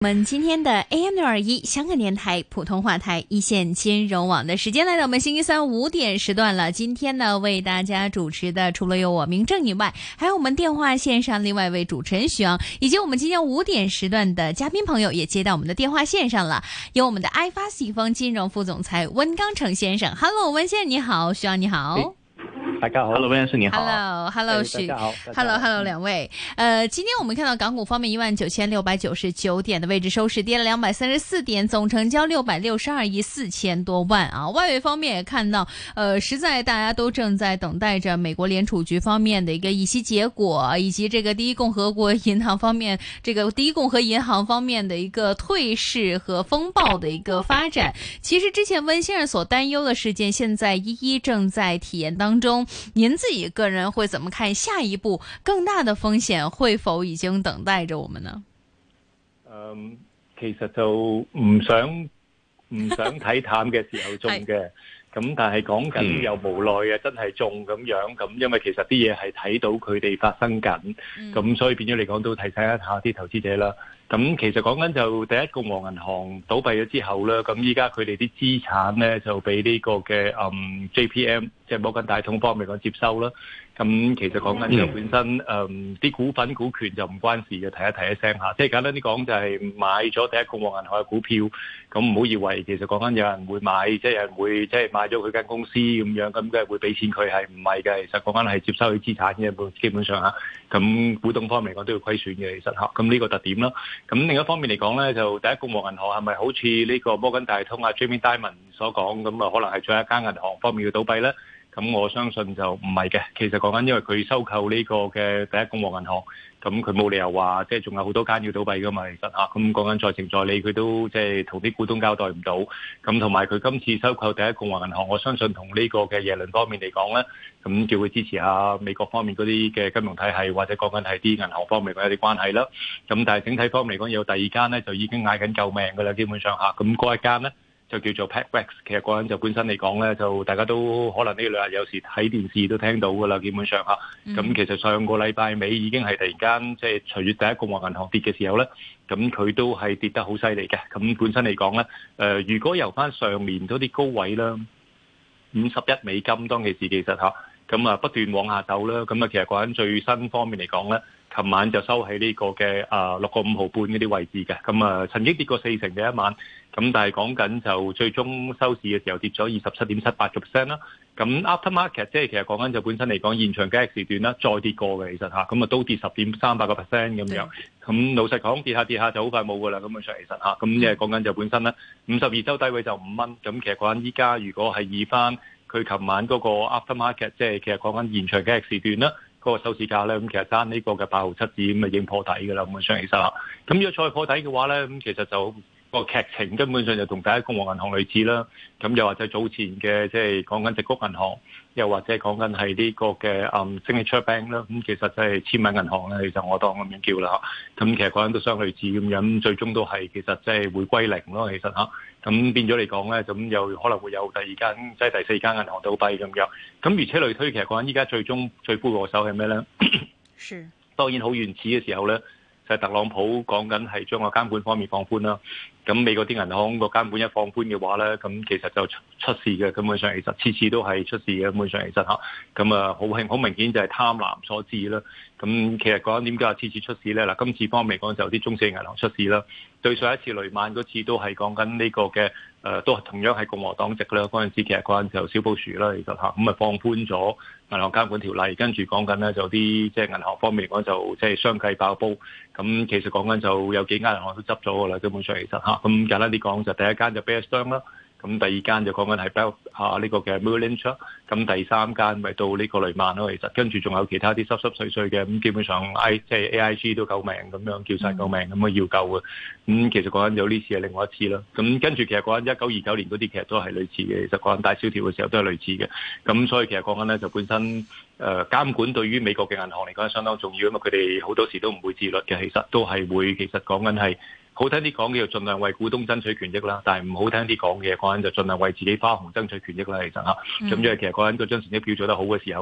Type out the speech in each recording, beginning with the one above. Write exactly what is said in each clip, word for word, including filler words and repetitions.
我们今天的 A M 六二一香港电台普通话台一线金融网的时间来到我们星期三五点时段了。今天呢，为大家主持的除了有我明正以外，还有我们电话线上另外一位主持人徐昂，以及我们今天五点时段的嘉宾朋友也接到我们的电话线上了，有我们的爱发喜丰金融副总裁温刚成先生。Hello， 温先生你好，徐昂你好。 大家好 ，Hello， 温先生你好 ，Hello，Hello， 徐 ，Hello，Hello， 两位。呃，今天我们看到港股方面一万九千六百九十九点的位置收市，跌了两百三十四点，总成交六百六十二亿四千多万啊。外围方面也看到，呃，实在大家都正在等待着美国联储局方面的一个议息结果，以及这个第一共和国银行方面，这个第一共和银行方面的一个退市和风暴的一个发展。其实之前温先生所担忧的事件，现在一一正在体验当中。您自己个人会怎么看下一步更大的風險會否已經等待着我們呢？ 嗯，其實就唔想唔想睇淡嘅時候中嘅，咁但係講緊又無奈嘅真係中咁樣，咁因為其實啲嘢係睇到佢哋發生緊，咁、嗯、所以變咗嚟講都提醒一下啲投資者啦。咁其實講緊就第一共和銀行倒閉咗之後咧，咁依家佢哋啲資產咧就俾呢個嘅嗯 J P M 即係摩根大通方面講接收啦。咁其實講緊就本身誒啲股份股權就唔關事嘅，提一提一聲下。即係簡單啲講就係買咗第一共和銀行嘅股票，咁唔好以為其實講緊有人會買，即係有人會即係買咗佢間公司咁樣，咁梗係會俾錢佢，係唔係嘅？其實講緊係接收佢資產嘅，基本上嚇。咁股東方面嚟講都要虧損嘅，其實嚇。咁呢個特點啦。咁另一方面嚟講咧，就第一共和銀行係咪好似呢個摩根大通啊 Jamie Dimon 所講咁啊？可能係最後一間銀行方面要倒閉咧？咁我相信就唔係嘅。其實講緊因為佢收購呢個嘅第一共和銀行，咁佢冇理由話即係仲有好多間要倒閉噶嘛。其實嚇，咁講緊在情在理，佢都即係同啲股東交代唔到。咁同埋佢今次收購第一共和銀行，我相信同呢個嘅耶倫方面嚟講咧，咁叫佢支持下美國方面嗰啲嘅金融體系，或者講緊係啲銀行方面有啲關係啦。咁但係整體方面嚟講，有第二間咧就已經嗌緊救命噶啦，基本上嚇。咁嗰一間咧就叫做 PacWest， 其實嗰間就本身嚟講咧，就大家都可能呢兩日有時睇電視都聽到噶啦，基本上嚇。咁、嗯、其實上個禮拜尾已經係突然間即係隨住第一共和銀行跌嘅時候咧，咁佢都係跌得好犀利嘅。咁本身嚟講咧，誒、呃、如果由翻上年嗰啲高位啦，五十一美金當其時其實嚇，咁啊不斷往下走啦。咁啊其實講緊最新方面嚟講咧，琴晚就收喺呢個嘅啊六個五毫半嗰啲位置嘅。咁啊曾經跌過四成嘅一晚。咁但係講緊就最終收市嘅時候跌咗二十七點七八個 percent 啦。咁 after market 即係其實講緊就本身嚟講現場交易時段啦，再跌過嘅其實嚇，咁啊都跌十點三八個 percent 咁樣。咁老實講跌下跌下就好快冇㗎啦，咁樣上其實嚇。咁即係講緊就本身咧五十二周低位就五蚊。咁其實講緊依家如果係以翻佢琴晚嗰個 after market， 即係其實講緊現場交易時段啦，嗰個收市價咧，咁其實爭呢個嘅八毫七子咁啊已經破底㗎啦，咁樣上其實嚇。咁如果再破底嘅話咧，咁其實就個劇情根本上就同第一共和銀行類似啦，咁又或者早前嘅即係講緊矽谷銀行，又或者講緊係呢個嘅嗯 Signature Bank 啦，咁其實就係簽名銀行咧，其實我當咁樣叫啦嚇，咁其實講緊都相類似咁樣，最終都係其實即係回歸零咯，其實嚇，咁變咗嚟講咧，咁又可能會有第二間即係第四間銀行倒閉咁樣，咁如此類推，其實講緊依家最終最魁禍首係咩咧？是當然好原始嘅時候咧。就係特朗普講緊係將個監管方面放寬啦，咁美國啲銀行個監管一放寬嘅話咧，咁其實就出事嘅，根本上其實次次都係出事嘅，根本上其實嚇，咁啊好興好明顯就係貪婪所致啦。咁其實講緊點解話次次出事咧？嗱，今次方面嚟講就有啲中小型銀行出事啦。對上一次雷曼嗰次都係講緊呢個嘅，誒、呃、都係同樣係共和黨籍啦。嗰陣時其實嗰陣時候小布殊啦，其實嚇咁啊放寬咗銀行監管條例，跟住講緊咧就啲即係銀行方面嚟講就即係相繼爆煲。咁其實講緊就有幾間銀行都執咗噶啦，基本上其實嚇。咁簡單啲講就第一間就 Bear Stearns 啦。咁第二間就講緊係 Bell 啊呢個嘅 Merrill Lynch，咁第三間咪到呢個雷曼咯，其實跟住仲有其他啲濕濕碎碎嘅，咁基本上 I 即係 A I G 都救命咁樣，叫晒救命咁啊要救嘅，咁其實講緊有呢次係另外一次啦，咁跟住其實講緊一九二九年嗰啲其實都係類似嘅，其實講緊大蕭條嘅時候都係類似嘅，咁所以其實講緊咧就本身誒、呃、監管對於美國嘅銀行嚟講係相當重要，因為佢哋好多時都唔會自律嘅，其實都係會其實講緊係。好聽啲講嘅就盡量為股東爭取權益啦，但係唔好聽啲講嘅講緊就盡量為自己花紅爭取權益啦，其實嚇。咁因為其實講緊嗰張成績表做得好嘅時候咧，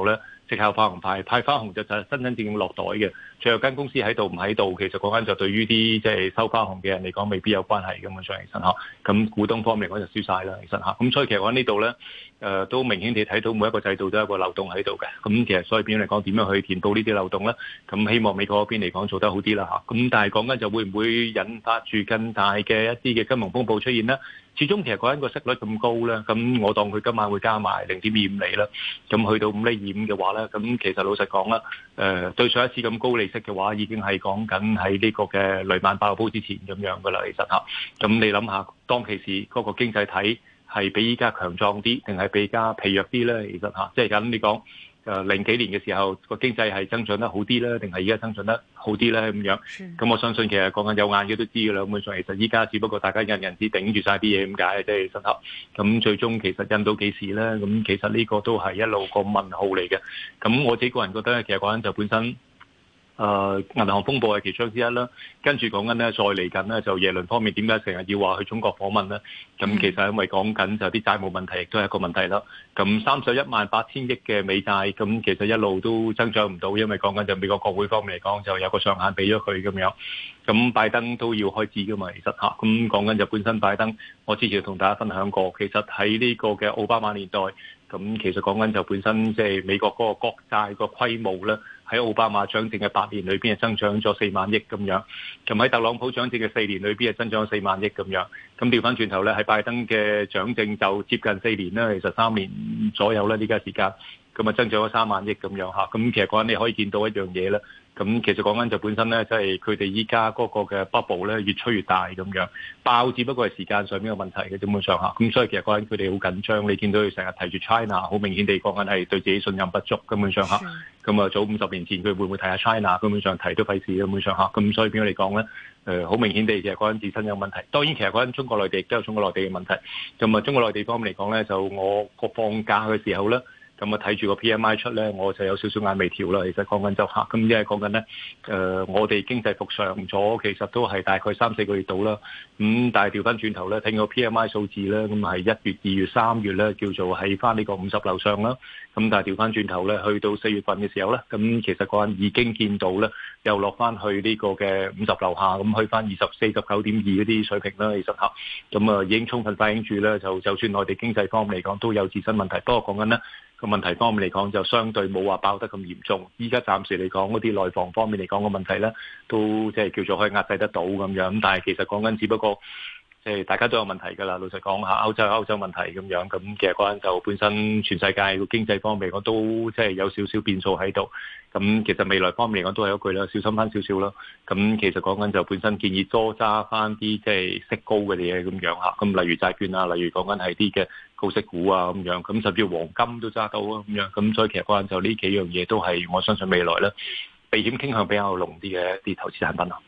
息口花紅派派花紅就就係真真正正落袋嘅。最後間公司喺度唔喺度，其實講緊就對於啲即係收花紅嘅人嚟講，未必有關係咁樣上其實嚇。咁股東方面嚟講就輸晒啦，其實嚇。咁所以其實講呢度咧，誒、呃、都明顯地睇到每一個制度都有一個漏洞喺度嘅。咁其實所以變咗嚟講，點樣去填補呢啲漏洞咧？咁希望美國嗰邊嚟講做得好啲啦嚇。咁但係講緊就會唔會引發住更大嘅一啲嘅金融風暴出現咧？始終其實講緊個息率咁高咧，咁我當佢今晚會加埋零點二五厘啦，咁去到五厘二五嘅話咧，咁其實老實講啦，誒、呃、對上一次咁高利息嘅話，已經係講緊喺呢個嘅雷曼爆煲之前咁樣噶啦，其實嚇，咁你諗下，當其時嗰個經濟體係比依家強壯啲，定係比依家疲弱啲咧？其實嚇，即係咁你講。誒零幾年嘅時候個經濟係增長得好啲咧，定係而家增長得好啲咧咁樣？咁我相信其實講緊有眼嘅都知㗎啦。咁樣上其實依家只不過大家人人只頂住晒啲嘢咁解，即係實合。咁最終其實印到幾時咧？咁其實呢個都係一路個問號嚟嘅。咁我自己個人覺得咧，其實講緊就本身。誒、呃、銀行風暴係其中之一啦，跟住講緊咧，再嚟緊咧就耶倫方面點解成日要話去中國訪問咧？咁其實因為講緊就啲債務問題亦都係一個問題啦。咁三十一萬八千億嘅美債，咁其實一路都增長唔到，因為講緊就美國國會方面嚟講就有個上限俾咗佢咁樣。咁拜登都要開支噶嘛，其實嚇。咁講緊就本身拜登，我之前同大家分享過，其實喺呢個嘅奧巴馬年代，咁其實講緊就本身即係美國嗰個國債個規模咧。喺奧巴馬掌政嘅八年裏邊係增長咗四萬億咁樣，咁喺特朗普掌政嘅四年裏邊係增長咗四萬億咁樣，咁調翻轉頭咧，喺拜登嘅掌政就接近四年啦，其實三年左右啦呢家時間，咁啊增長咗三萬億咁樣嚇，咁其實講緊你可以見到一樣嘢咧。咁其實講緊就本身咧，即係佢哋依家嗰個嘅 bubble 咧越吹越大咁樣，爆只不過係時間上面嘅問題嘅基本上下。咁所以其實講緊佢哋好緊張，你見到佢成日提住 China，好明顯地講緊係對自己信任不足根本上下。咁啊早五十年前佢會唔會提下 China？根本上提都費事根本上下。咁所以變咗嚟講咧，誒好明顯地其實講緊自身有問題。當然其實講緊中國內地亦都有中國內地嘅問題。咁啊中國內地方面嚟講咧，就我個放假嘅時候咧。咁啊睇住個 P M I 出咧，我就有少少眼眉跳啦。其實講緊就嚇，咁因為講緊咧，誒我哋經濟復常咗，其實都係大概三四個月到啦。咁但係調翻轉頭咧，睇個 P M I 數字咧，咁係一月、二月、三月咧，叫做喺翻呢個五十樓上啦。咁但係調翻轉頭咧，去到四月份嘅時候咧，咁其實講緊已經見到咧，又落翻去呢個嘅五十樓下，咁去翻二十四、十九點二嗰啲水平啦。其實嚇，咁啊已經充分反映住咧，就就算內地經濟方面嚟講都有自身問題，不過講緊咧。個問題方面嚟講就相對冇話爆得咁嚴重，依家暫時嚟講嗰啲內房方面嚟講嘅問題咧，都即係叫做可以壓制得到咁樣。咁但係其實講緊只不過即係大家都有問題㗎啦。老實講下歐洲有歐洲問題咁樣，咁其實嗰陣就本身全世界個經濟方面嚟講都即係有少少變數喺度。咁其實未來方面嚟講都係一句啦，小心翻少少啦。咁其實講緊就本身建議多揸翻啲即係息高嘅嘢咁樣嚇。咁例如債券啊，例如講緊係啲嘅高息股啊咁樣，咁甚至黃金都揸到啊咁樣。咁所以其實講緊就呢幾樣嘢都係我相信未來咧避險傾向比較濃啲嘅一啲投資產品啊。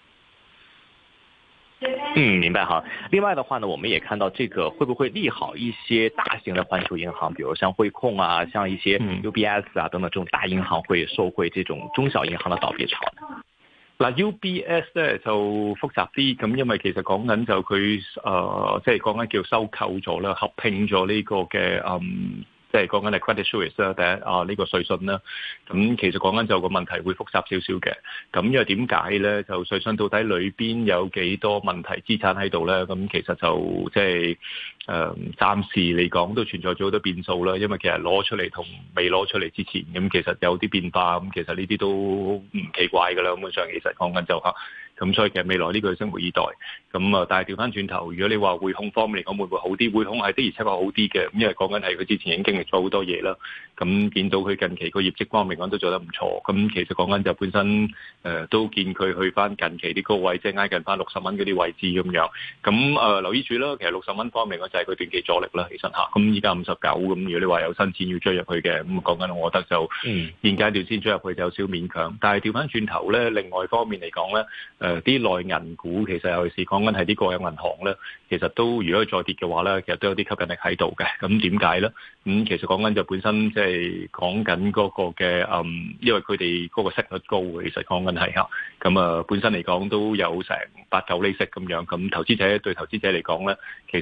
嗯，明白哈。另外的話呢，我們也看到這個會不會利好一些大型的環球銀行，比如像匯控啊，像一些 U B S 啊等等這種大銀行會受惠這種中小銀行的倒閉潮呢？ 嗱 U B S 咧就複雜啲，咁因為其實講緊就佢誒，即係講緊叫收購咗啦，合併咗呢個嘅嗯。即係講緊係 Credit Suisse 啦，第一啊呢個瑞信啦，咁其實講緊就個問題會複雜少少嘅。咁因為點解咧？就瑞信到底裏邊有幾多問題資產喺度咧？咁其實就即係誒暫時嚟講都存在咗好多變數啦。因為其實攞出嚟同未攞出嚟之前，咁其實有啲變化。咁其實呢啲都唔奇怪㗎啦。咁本上其實講緊就嚇。咁所以其實未來呢個拭目以待。咁啊，但係調翻轉頭，如果你話匯控方面嚟講會唔會好啲？匯控係的而且確好啲嘅。咁因為講緊係佢之前已經經歷咗好多嘢啦。咁見到佢近期個業績方面講都做得唔錯。咁其實講緊就本身誒、呃、都見佢去翻近期啲高位，即係挨近翻六十蚊嗰啲位置咁樣。咁誒、呃、留意住啦。其實六十蚊方面嗰就係佢短期阻力啦。其實嚇，咁依家五十九咁，如果你話有新錢要追入去嘅，咁講緊我覺得就現階段先追入去就有少勉強。但係調翻轉頭咧，另外方面嚟講咧。誒啲內銀股其實尤其是講緊係啲國有銀行咧，其實都如果佢再跌嘅話咧，其實都有啲吸引力喺度嘅。咁點解咧？咁、嗯、其實講緊就本身即係講緊嗰個嘅嗯，因為佢哋嗰個息率高，其實講緊係嚇。咁啊、呃，本身嚟講都有成八九厘息咁樣。咁投資者對投資者嚟講咧，其實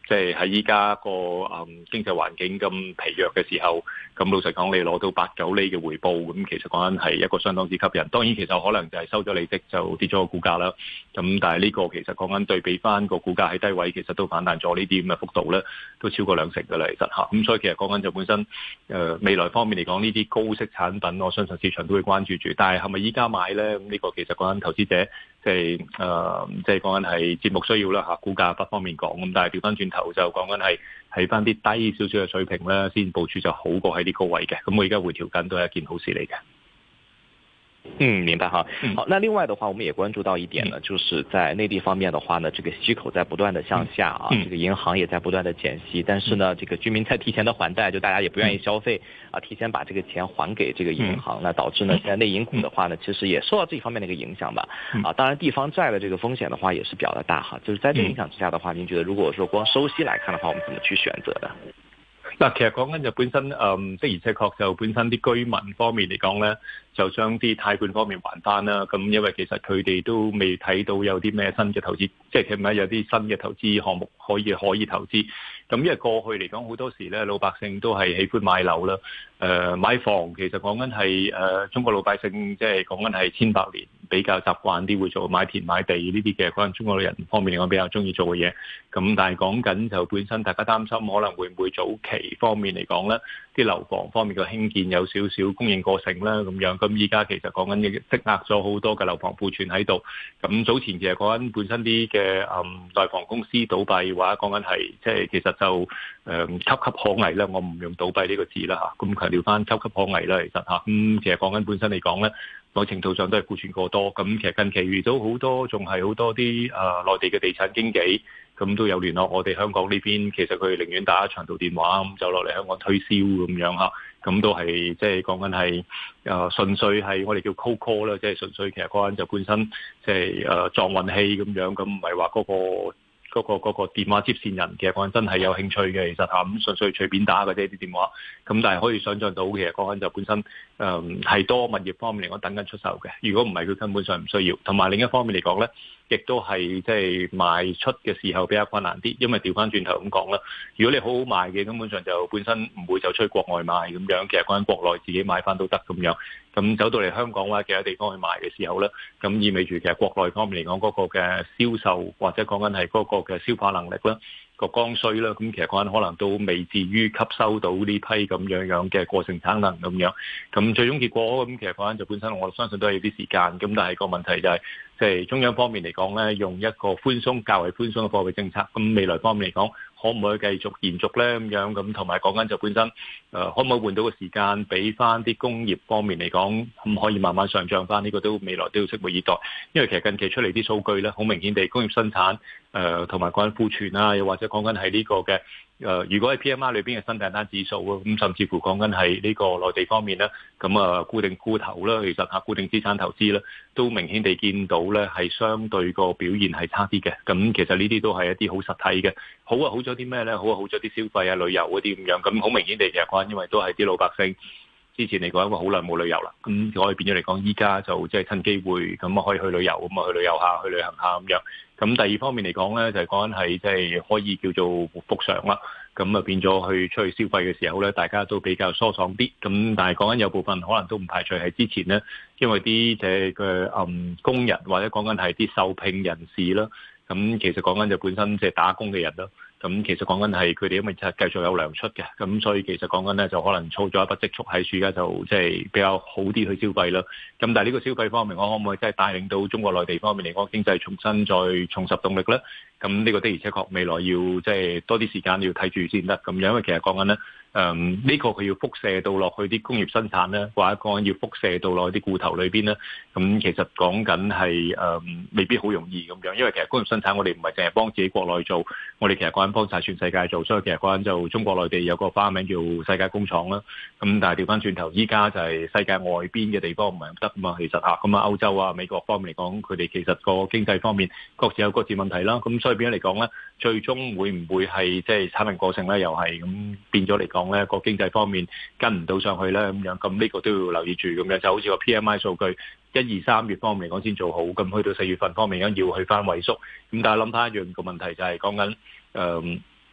即係喺依家個誒經濟環境咁疲弱嘅時候，咁老實講你攞到八九厘嘅回報，咁其實講緊係一個相當之吸引。當然其實可能就係收咗利息就跌咗個股價啦。咁但係呢個其實講緊對比翻個股價喺低位，其實都反彈咗呢啲咁嘅幅度咧，都超過兩成㗎啦，其實嚇。咁所以其實講緊就本身誒、呃、未來方面嚟講，呢啲高息產品，我相信市場都會關注住。但係係咪依家買咧？咁呢個其實講緊投資者即係誒，即係講緊係節目需要啦嚇，股價不方面講。咁但係調翻轉頭就講緊係喺翻啲低少少嘅水平咧，先部署就好過喺啲高位嘅。咁我而家回調緊都係一件好事嚟嘅。 嗯，明白哈。好，那另外的話，我們也關注到一點呢，就是在內地方面的話呢，這個息口在不斷的向下啊，這個銀行也在不斷的減息，但是呢，這個居民在提前的還債，就大家也不願意消費啊，提前把這個錢還給這個銀行，那導致呢，現在內銀股的話呢，其實也受到這方面的一個影響吧。啊，當然地方債的這個風險的話也是比較的大哈。就是在這個影響之下的話，您覺得如果說光收息來看的話，我們怎麼去選擇的？ 嗱，其實講緊就本身，誒，的而且確就本身啲居民方面嚟講咧，就將啲貸款方面還翻啦。咁因為其實佢哋都未睇到有啲咩新嘅投資，即係係咪有啲新嘅投資項目可以可以投資。咁因為過去嚟講好多時咧，老百姓都係喜歡買樓啦。誒、呃、買房其實講緊係誒中國老百姓，即係講緊係千百年比較習慣啲會做買田買地呢啲嘅，可能中國人方面嚟講比較中意做嘅嘢。咁但係講緊就本身大家擔心可能會唔會早期方面嚟講咧，啲樓房方面嘅興建有少少供應過剩啦咁樣。咁依家其實講緊嘅積壓咗好多嘅樓房庫存喺度。咁早前其實講緊本身啲嘅誒內房公司倒閉，或者講緊係即係其實就誒岌岌可危啦。我唔用倒閉呢個字啦嚇，咁強調翻岌岌可危啦。其實嚇，咁其實講緊本身嚟講咧，某程度上都係庫存過多。咁其實近期遇到好多仲係好多啲誒內地嘅地產經紀，咁都有聯絡我哋香港呢邊。其實佢寧願打長途電話咁就落嚟香港推銷咁樣嚇。咁都係即係講緊係誒純粹係我哋叫 cold call 啦，即係純粹其實嗰陣就本身即係誒撞運氣咁樣，咁唔係話嗰個。嗰、那個嗰、那個電話接線人其實講緊真係有興趣嘅，其實嚇咁純粹隨便打嘅啫啲電話，咁但係可以想像到其實講緊就本身誒係、嗯、多物業方面嚟講等緊出售嘅，如果唔係佢根本上唔需要。同埋另一方面嚟講咧，亦都係即係賣出嘅時候比較困難啲，因為調翻轉頭咁講啦，如果你好好賣嘅，根本上就本身唔會就出去國外賣咁樣，其實講緊國內自己買翻都得咁樣。咁走到嚟香港或者其他地方去賣嘅時候咧，咁意味住其實國內方面嚟講嗰個嘅銷售或者講緊係嗰個嘅消化能力啦，個剛需啦，咁其實講緊可能都未至於吸收到呢批咁樣樣嘅過剩產能咁樣。咁最終結果咁其實講緊就本身我相信都係有啲時間，咁但係個問題就係即係中央方面嚟講咧，用一個寬鬆較為寬鬆嘅貨幣政策，咁未來方面嚟講，可唔可以繼續延續咧咁樣？咁同埋講緊就本身誒、呃，可唔可以換到個時間，俾翻啲工業方面嚟講，咁可以慢慢上漲翻？呢、這個都未來都要拭目以待。因為其實近期出嚟啲數據咧，好明顯地工業生產誒同埋講緊庫存啊，又或者講緊係呢個嘅誒、呃，如果係 P M I 裏邊嘅新訂單指數啊，咁甚至乎講緊係呢個內地方面咧，咁啊固定固投啦，其實嚇固定資產投資咧，都明顯地見到咧係相對個表現係差啲嘅。咁其實呢啲都係一啲好實體嘅，好啊好咗啲咩咧？好啊好咗啲消費啊、旅遊嗰啲咁樣。咁好明顯地其實講，因為都係啲老百姓之前嚟講，因為好耐冇旅遊啦，咁可以變咗嚟講，依家就即係趁機會咁啊，可以去旅遊咁啊，去旅遊下、去旅行下咁樣。咁第二方面嚟講咧，就係講緊係即係可以叫做復常啦。咁啊變咗去出去消費嘅時候咧，大家都比較疏爽啲。咁但係講緊有部分可能都唔排除係之前咧，因為啲即係嘅嗯工人或者講緊係啲受聘人士啦。咁其實講緊就本身即係打工嘅人啦。咁其實講緊係佢哋因為繼續有糧出嘅，咁所以其實講緊咧就可能儲咗一筆積蓄喺處，而家就即係比較好啲去消費啦。咁但係呢個消費方面，我可唔可以真係帶領到中國內地方面嚟講經濟重新再重拾動力咧？咁呢個的而且確未來要即係多啲時間要睇住先得咁樣，因為其實講緊咧，誒、嗯、呢、這個佢要輻射到落去啲工業生產咧，或者講緊要輻射到落去啲固投裏邊咧，咁其實講緊係誒未必好容易咁樣，因為其實工業生產我哋唔係淨係幫自己國內做，我哋其實講緊幫晒全世界做，所以其實講緊就中國內地有個花名叫世界工廠啦。咁但係調翻轉頭，依家就係世界外邊嘅地方唔係咁得嘛，其實嚇咁啊歐洲啊美國方面嚟講，佢哋其實個經濟方面各自有各自問題啦，咁所以變咗嚟講咧，最終會唔會係即係產能過剩咧？又係咁變咗嚟講咧，個經濟方面跟唔到上去咧咁樣，咁呢個都要留意住咁樣，就好似個 P M I 數據一二三月方面嚟講先做好，咁去到四月份方面咁要去翻萎縮，咁但係諗翻一樣個問題就係講緊誒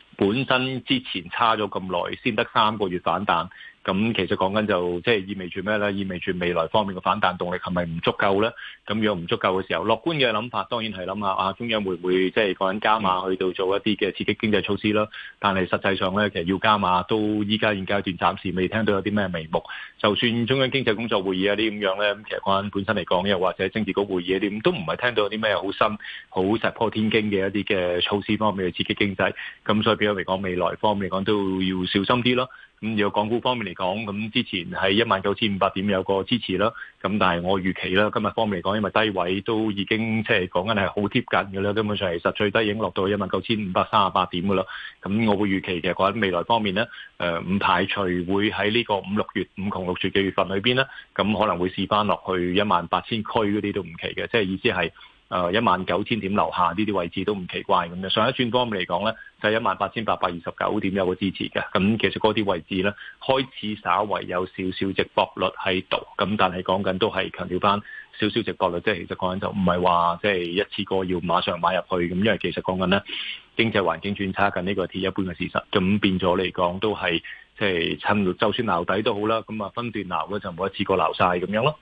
本身之前差咗咁耐，先得三個月反彈。咁其實講緊就即係意味住咩咧？意味住未來方面嘅反彈動力係咪唔足夠咧？咁如果唔足夠嘅時候，樂觀嘅諗法當然係諗下啊，中央會唔會即係講緊加碼去到做一啲嘅刺激經濟措施啦？但係實際上咧，其實要加碼都依家現階段暫時未聽到有啲咩眉目。就算中央經濟工作會議啊啲咁樣咧，咁其實講緊本身嚟講，又或者政治局會議啊啲，都唔係聽到有啲咩好新、好石破天驚嘅一啲嘅措施方面去刺激經濟。咁所以變咗嚟講，未來方面嚟講都要小心啲咯。咁如果港股方面嚟講，咁之前係一萬九千五百點有個支持啦，咁但係我預期啦，今日方面嚟講，因為低位都已經即係講緊係好貼近嘅啦，根本上其實最低已經落到一萬九千五百三十八點嘅啦。咁我會預期嘅講緊未來方面咧，誒唔排除會喺呢個五六月五窮六絕嘅月份裏邊咧，咁可能會試翻落去一萬八千區嗰啲都唔奇嘅，即係意思係。誒一萬九千點樓下呢啲位置都唔奇怪咁樣，上一轉方面嚟講咧，就係一萬八千八百二十九點有個支持嘅，咁其實嗰啲位置咧開始稍為有少少值博率喺度，咁但係講緊都係強調翻少少值博率，即係其實講緊就唔係話即係一次過要馬上買入去咁，因為其實講緊咧經濟環境轉差緊呢個係鐵一般嘅事實，咁變咗嚟講都係即係趁就算撈底都好啦，咁啊分段撈咧就冇一次過撈晒咁樣咯。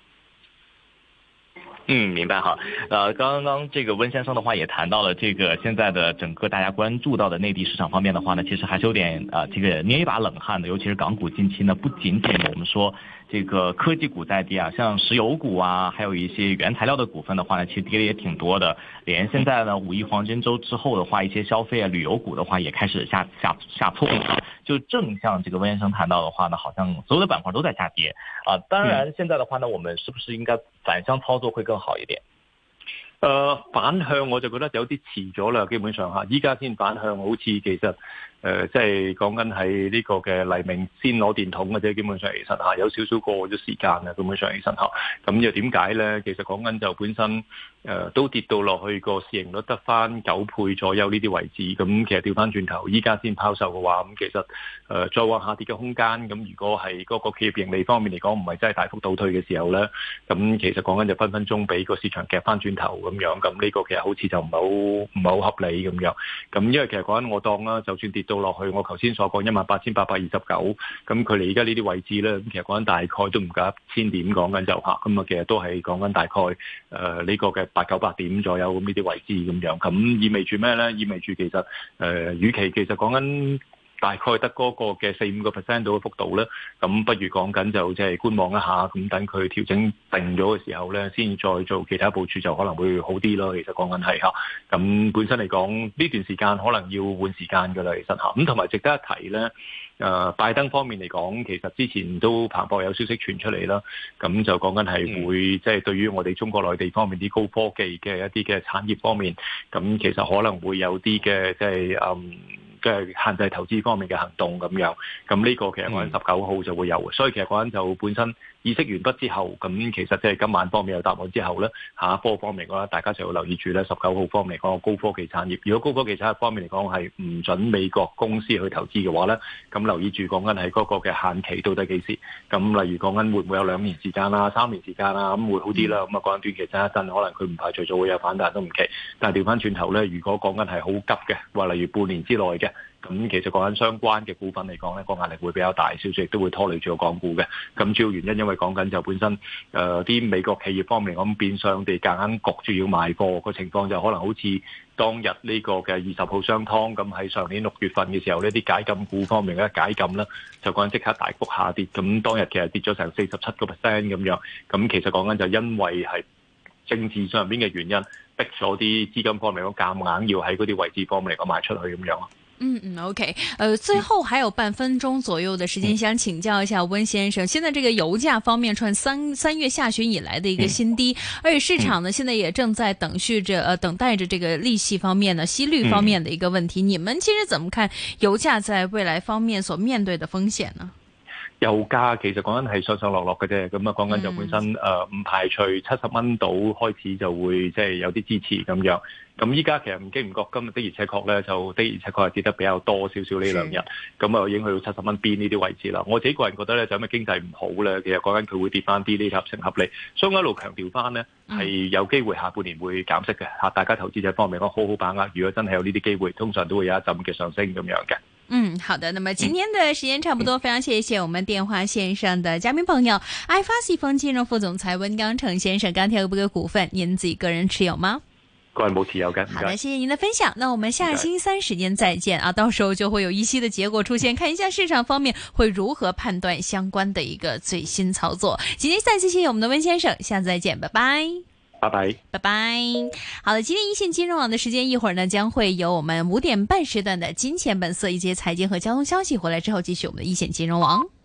嗯，明白哈。呃，剛剛這個溫先生的話也談到了，這個現在的整個大家關注到的內地市場方面的話呢，其實還是有點啊、呃，這個捏一把冷汗的。尤其是港股近期呢，不僅僅我們說這個科技股在跌啊，像石油股啊，還有一些原材料的股份的話呢，其實跌的也挺多的。連現在呢五一黃金週之後的話，一些消費啊、旅遊股的話也開始下下下挫了。就正像這個溫先生談到的話呢，好像所有的板塊都在下跌啊。當然，現在的話呢，我們是不是應該反向操作會更好一點？ 誒、呃、反向我就覺得有啲遲咗啦，基本上嚇，依家先反向，好似其實誒即係講緊係呢個嘅黎明先攞電筒嘅啫，基本上其實嚇有少少過咗時間啦，基本上其實嚇，咁又點解咧？其實講緊就本身誒、呃、都跌到落去個市盈率得翻九倍左右呢啲位置，咁其實調翻轉頭，依家先拋售嘅話，咁其實誒、呃、再往下跌嘅空間，咁如果係嗰個企業盈利方面嚟講，唔係真係大幅倒退嘅時候咧，咁其實講緊就分分鐘俾個市場夾翻轉頭咁樣，咁呢個其實好似就唔係好唔係好合理咁樣，咁因為其實講緊我當啦，就算跌到落去，我頭先所講一萬八千八百二十九，咁佢哋而家呢啲位置咧，咁其實講緊大概都唔夠一千點講緊就嚇，咁啊其實都係講緊大概誒呢、呃這個嘅八九百點左右咁呢啲位置咁樣，咁意味住咩咧？意味住其實誒、呃，與其其實講緊大概得嗰個嘅四五個 percent 到嘅幅度咧，咁不如講緊就即係觀望一下，咁等佢調整定咗嘅時候咧，先再做其他部署就可能會好啲咯。其實講緊係嚇，咁本身嚟講呢段時間可能要換時間㗎啦。其實嚇，咁同埋值得一提咧，誒、呃、拜登方面嚟講，其實之前都彭博有消息傳出嚟啦，咁就講緊係會即係、就是、對於我哋中國內地方面啲高科技嘅一啲嘅產業方面，咁其實可能會有啲嘅即係嗯。嘅限制投資方面嘅行動咁樣，咁呢個其實講緊十九號就會有，所以其實講緊就本身議息完畢之後，咁其實即係今晚方面有答案之後咧，下一波方面嚟講，大家就要留意住咧，十九號方面嚟講高科技產業，如果高科技產業方面嚟講係唔準美國公司去投資嘅話咧，咁留意住講緊係嗰個嘅限期到底幾時？咁例如講緊會唔會有兩年時間啦、三年時間啦，咁會好啲啦。咁啊講緊短期爭一陣，可能佢唔排除就會有反彈都唔奇。但係調翻轉頭咧，如果講緊係好急嘅，話例如半年之內嘅。咁其實講緊相關嘅股份嚟講咧，個壓力會比較大少少，亦都會拖累住個港股嘅。咁主要原因因為講緊就本身誒啲、呃、美國企業方面咁變相地夾硬焗住要賣貨個情況，就可能好似當日呢個嘅二十號商湯咁喺上年六月份嘅時候呢啲解禁股方面嘅解禁啦，就講緊即刻大幅下跌。咁當日其實跌咗成四十七個 percent 咁樣。咁其實講緊就因為係政治上邊嘅原因，逼咗啲資金方面咁夾硬要喺嗰啲位置方面嚟講賣出去咁樣。 嗯嗯 ，OK， 呃，最後還有半分鐘左右的時間，想請教一下溫先生，現在這個油價方面創三三月下旬以來的一個新低，而且市場呢現在也正在等續着，呃，等待着這個利息方面呢息率方面的一個問題，你們其實怎麼看油價在未來方面所面對的風險呢？ 油價其實講緊係上上落落嘅啫，咁啊講緊就本身誒唔、呃、排除七十蚊到開始就會即係有啲支持咁樣。咁依家其實唔經唔覺今日的而且確咧，就的而且確係跌得比較多少少呢兩日，咁啊已經去到七十蚊邊呢啲位置啦。我自己個人覺得咧，就因為經濟唔好咧，其實講緊佢會跌翻啲呢啲合情合理。所以我一路強調翻呢，係有機會下半年會減息嘅嚇，大家投資者方面講好好把握。如果真係有呢啲機會，通常都會有一陣嘅上升咁樣嘅。 嗯，好的。那麼今天的時間差不多，嗯、非常謝謝我們電話線上的嘉賓朋友，愛發信豐金融副總裁溫鋼城先生。鋼鐵股股份，您自己個人持有嗎？ 個人冇持有嘅。 好的，謝謝您的分享。那我們下星期三時間再見啊，到時候就會有一期的結果出現，看一下市場方面會如何判斷相關的一個最新操作。今天再次謝謝我們的溫先生，下次再見，拜拜。 拜拜， 拜拜。好的，今天一線金融網的時間，一會兒呢將會有我們五點半時段的金錢本色以及財經和交通消息，回來之後繼續我們的一線金融網。